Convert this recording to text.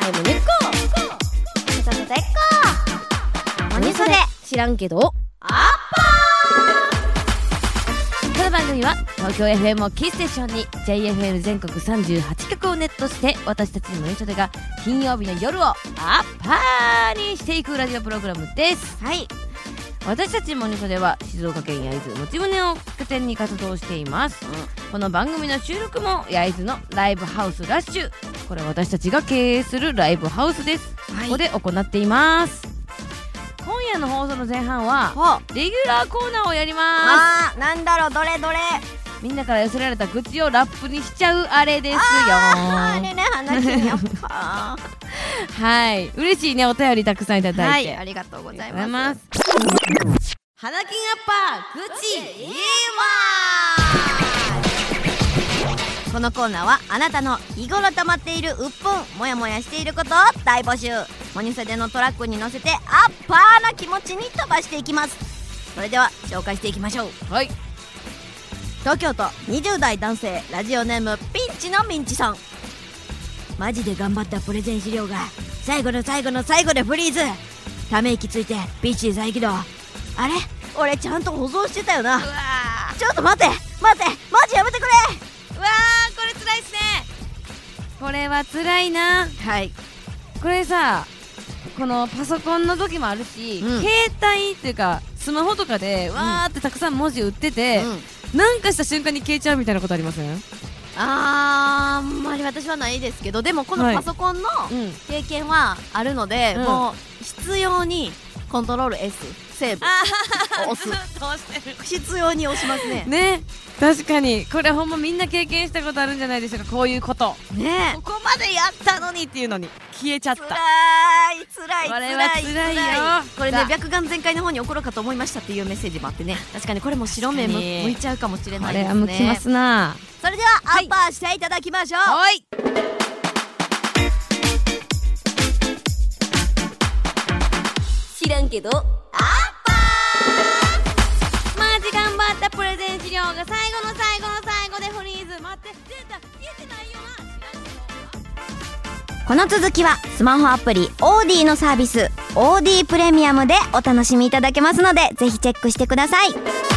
FM 根っこ何それ知らんけどアッパー。この番組は東京 FM をキーステーションに JFN 全国38局をネットして私たちのモニソデが金曜日の夜をアッパーにしていくラジオプログラムです。はい、私たちモニソデは静岡県焼津もち胸を拠点に活動しています、この番組の収録も焼津のライブハウスラッシュ、これは私たちが経営するライブハウスです、ここで行っています。今夜の放送の前半はレギュラーコーナーをやります。 なんだろう、どれどれ。 みんなから寄せられた愚痴をラップにしちゃうあれですよ。 あれね、話によっかはい、嬉しいね、お便りたくさんいただいて、 はい、ありがとうございます。 花金アッパー愚痴言いこのコーナーはあなたの日頃溜まっている鬱憤、モヤモヤしていることを大募集。モニソデのトラックに乗せてアッパーな気持ちに飛ばしていきます。それでは紹介していきましょう。 はい、 東京都20代男性、ラジオネームピンチのミンチさん。マジで頑張ったプレゼン資料が最後の最後の最後でフリーズ。ため息ついてピッチで再起動。あれ、俺ちゃんと保存してたよな。ちょっと待ってマジやめてくれ。 うわー、これ辛いっすね。これは辛いな。 はい、 これさ、このパソコンの時もあるし、携帯っていうかスマホとかでわーってたくさん文字打ってて、なんかした瞬間に消えちゃうみたいなことありません？ あんまり私はないですけど、でもこのパソコンの経験はあるので、もう必要にコントロール S セーブを押す。必要に押しますね。 ね、確かにこれほんまみんな経験したことあるんじゃないでしょうか。こういうことね、 ここまでやったのにっていうのに消えちゃった。 辛いこれは辛いよ。 これね、白眼全開の方に送ろうかと思いましたっていうメッセージもあってね、確かにこれも白目向いちゃうかもしれないですね。 これは向きますな。 それではアッパーしていただきましょう。 はい、 知らんけどアッパー。マジ頑張ったプレゼン資料が最後の最後の最後でフリーズ。待って、データ消えてないよな。 この続きはスマホアプリ OD のサービス OD プレミアムでお楽しみいただけますので、ぜひチェックしてください。